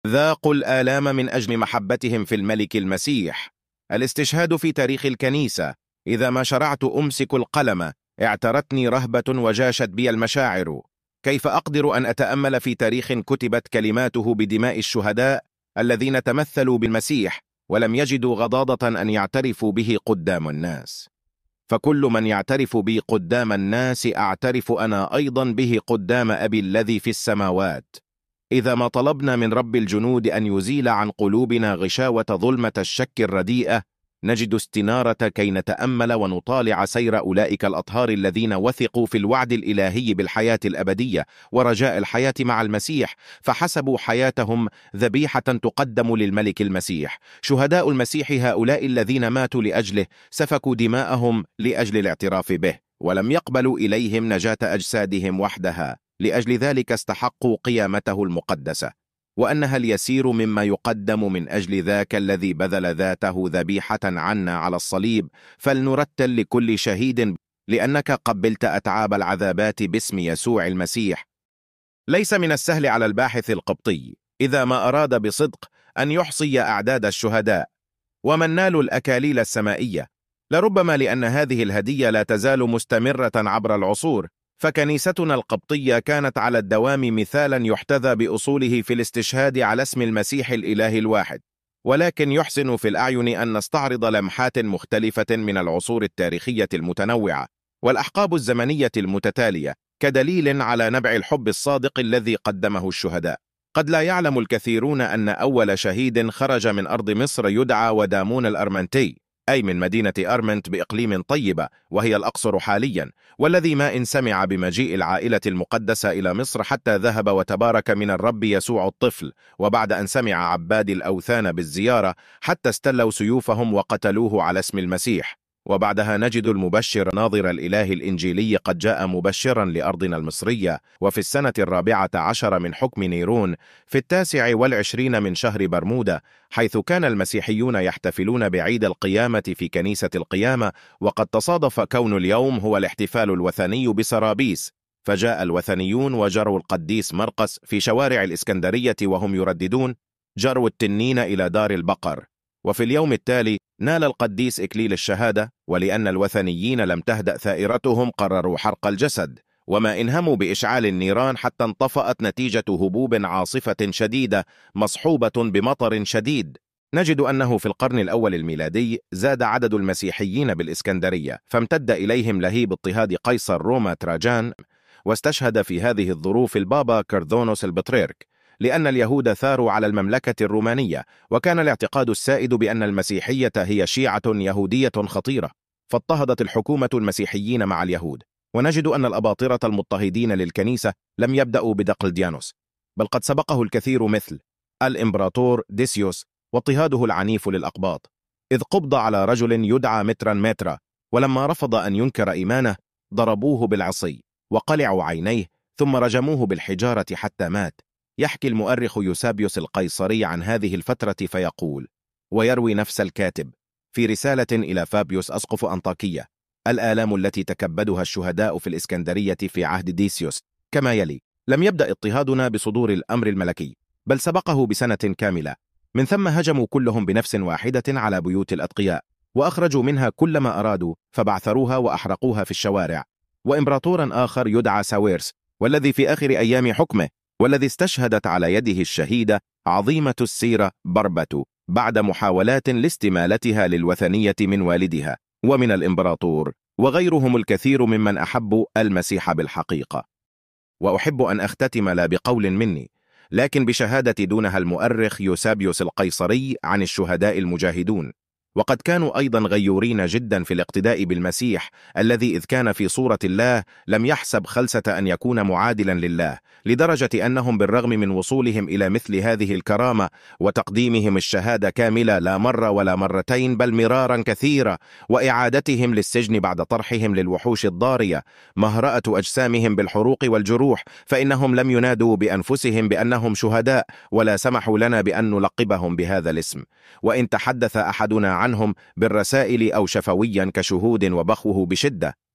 ذاقوا الآلام من أجل محبتهم في الملك المسيح. الاستشهاد في تاريخ الكنيسة. إذا ما شرعت أمسك القلم اعترتني رهبة وجاشت بي المشاعر. كيف أقدر أن أتأمل في تاريخ كتبت كلماته بدماء الشهداء الذين تمثلوا بالمسيح ولم يجدوا غضاضة أن يعترفوا به قدام الناس؟ فكل من يعترف بي قدام الناس أعترف أنا أيضا به قدام أبي الذي في السماوات. إذا ما طلبنا من رب الجنود أن يزيل عن قلوبنا غشاوة ظلمة الشك الرديئة، نجد استنارة كي نتأمل ونطالع سير أولئك الأطهار الذين وثقوا في الوعد الإلهي بالحياة الأبدية ورجاء الحياة مع المسيح، فحسبوا حياتهم ذبيحة تقدم للملك المسيح. شهداء المسيح هؤلاء الذين ماتوا لأجله سفكوا دماءهم لأجل الاعتراف به، ولم يقبلوا إليهم نجاة أجسادهم وحدها، لأجل ذلك استحقوا قيامته المقدسة، وأنها اليسير مما يقدم من أجل ذاك الذي بذل ذاته ذبيحة عنا على الصليب. فلنرتل لكل شهيد لأنك قبلت أتعاب العذابات باسم يسوع المسيح. ليس من السهل على الباحث القبطي إذا ما أراد بصدق أن يحصي أعداد الشهداء ومن نالوا الأكاليل السمائية، لربما لأن هذه الهدية لا تزال مستمرة عبر العصور، فكنيستنا القبطية كانت على الدوام مثالا يحتذى بأصوله في الاستشهاد على اسم المسيح الإله الواحد. ولكن يحسن في الأعين أن نستعرض لمحات مختلفة من العصور التاريخية المتنوعة والأحقاب الزمنية المتتالية كدليل على نبع الحب الصادق الذي قدمه الشهداء. قد لا يعلم الكثيرون أن أول شهيد خرج من أرض مصر يدعى ودامون الأرمنتي، أي من مدينة أرمنت بإقليم طيبة وهي الأقصر حاليا، والذي ما إن سمع بمجيء العائلة المقدسة إلى مصر حتى ذهب وتبارك من الرب يسوع الطفل، وبعد أن سمع عباد الأوثان بالزيارة حتى استلوا سيوفهم وقتلوه على اسم المسيح. وبعدها نجد المبشر ناظر الإله الإنجيلي قد جاء مبشرا لأرضنا المصرية، وفي السنة 14 من حكم نيرون في 29 من شهر برمودة، حيث كان المسيحيون يحتفلون بعيد القيامة في كنيسة القيامة، وقد تصادف كون اليوم هو الاحتفال الوثني بسرابيس، فجاء الوثنيون وجروا القديس مرقس في شوارع الإسكندرية وهم يرددون جروا التنين إلى دار البقر. وفي اليوم التالي نال القديس إكليل الشهادة، ولأن الوثنيين لم تهدأ ثائرتهم قرروا حرق الجسد، وما إنهموا بإشعال النيران حتى انطفأت نتيجة هبوب عاصفة شديدة مصحوبة بمطر شديد. نجد أنه في القرن الأول الميلادي زاد عدد المسيحيين بالإسكندرية، فامتد إليهم لهيب اضطهاد قيصر روما تراجان، واستشهد في هذه الظروف البابا كرذونوس البطريرك، لأن اليهود ثاروا على المملكة الرومانية، وكان الاعتقاد السائد بأن المسيحية هي شيعة يهودية خطيرة، فاضطهدت الحكومة المسيحيين مع اليهود. ونجد أن الأباطرة المضطهدين للكنيسة لم يبدأوا بدقلديانوس، بل قد سبقه الكثير مثل الإمبراطور ديسيوس واضطهاده العنيف للأقباط، إذ قبض على رجل يدعى مترا، ولما رفض أن ينكر إيمانه ضربوه بالعصي وقلعوا عينيه ثم رجموه بالحجارة حتى مات. يحكي المؤرخ يوسابيوس القيصري عن هذه الفترة فيقول: ويروي نفس الكاتب في رسالة إلى فابيوس أسقف أنطاكية الآلام التي تكبدها الشهداء في الإسكندرية في عهد ديسيوس كما يلي: لم يبدأ اضطهادنا بصدور الأمر الملكي، بل سبقه بسنة كاملة. من ثم هجموا كلهم بنفس واحدة على بيوت الأتقياء، وأخرجوا منها كل ما أرادوا، فبعثروها وأحرقوها في الشوارع. وإمبراطورا آخر يدعى ساويرس، والذي في آخر أيام حكمه والذي استشهدت على يده الشهيدة عظيمة السيرة بربة بعد محاولات لاستمالتها للوثنية من والدها ومن الإمبراطور، وغيرهم الكثير ممن أحبوا المسيح بالحقيقة. وأحب أن أختتم لا بقول مني، لكن بشهادة دونها المؤرخ يوسابيوس القيصري عن الشهداء المجاهدون، وقد كانوا أيضا غيورين جدا في الاقتداء بالمسيح الذي إذ كان في صورة الله لم يحسب خلسة أن يكون معادلا لله، لدرجة أنهم بالرغم من وصولهم إلى مثل هذه الكرامة وتقديمهم الشهادة كاملة لا مرة ولا مرتين بل مرارا كثيرة، وإعادتهم للسجن بعد طرحهم للوحوش الضارية، مهرأة أجسامهم بالحروق والجروح، فإنهم لم ينادوا بأنفسهم بأنهم شهداء ولا سمحوا لنا بأن نلقبهم بهذا الاسم. وإن تحدث أحدنا عنهم بالرسائل أو شفويا كشهود وبخوه بشدة،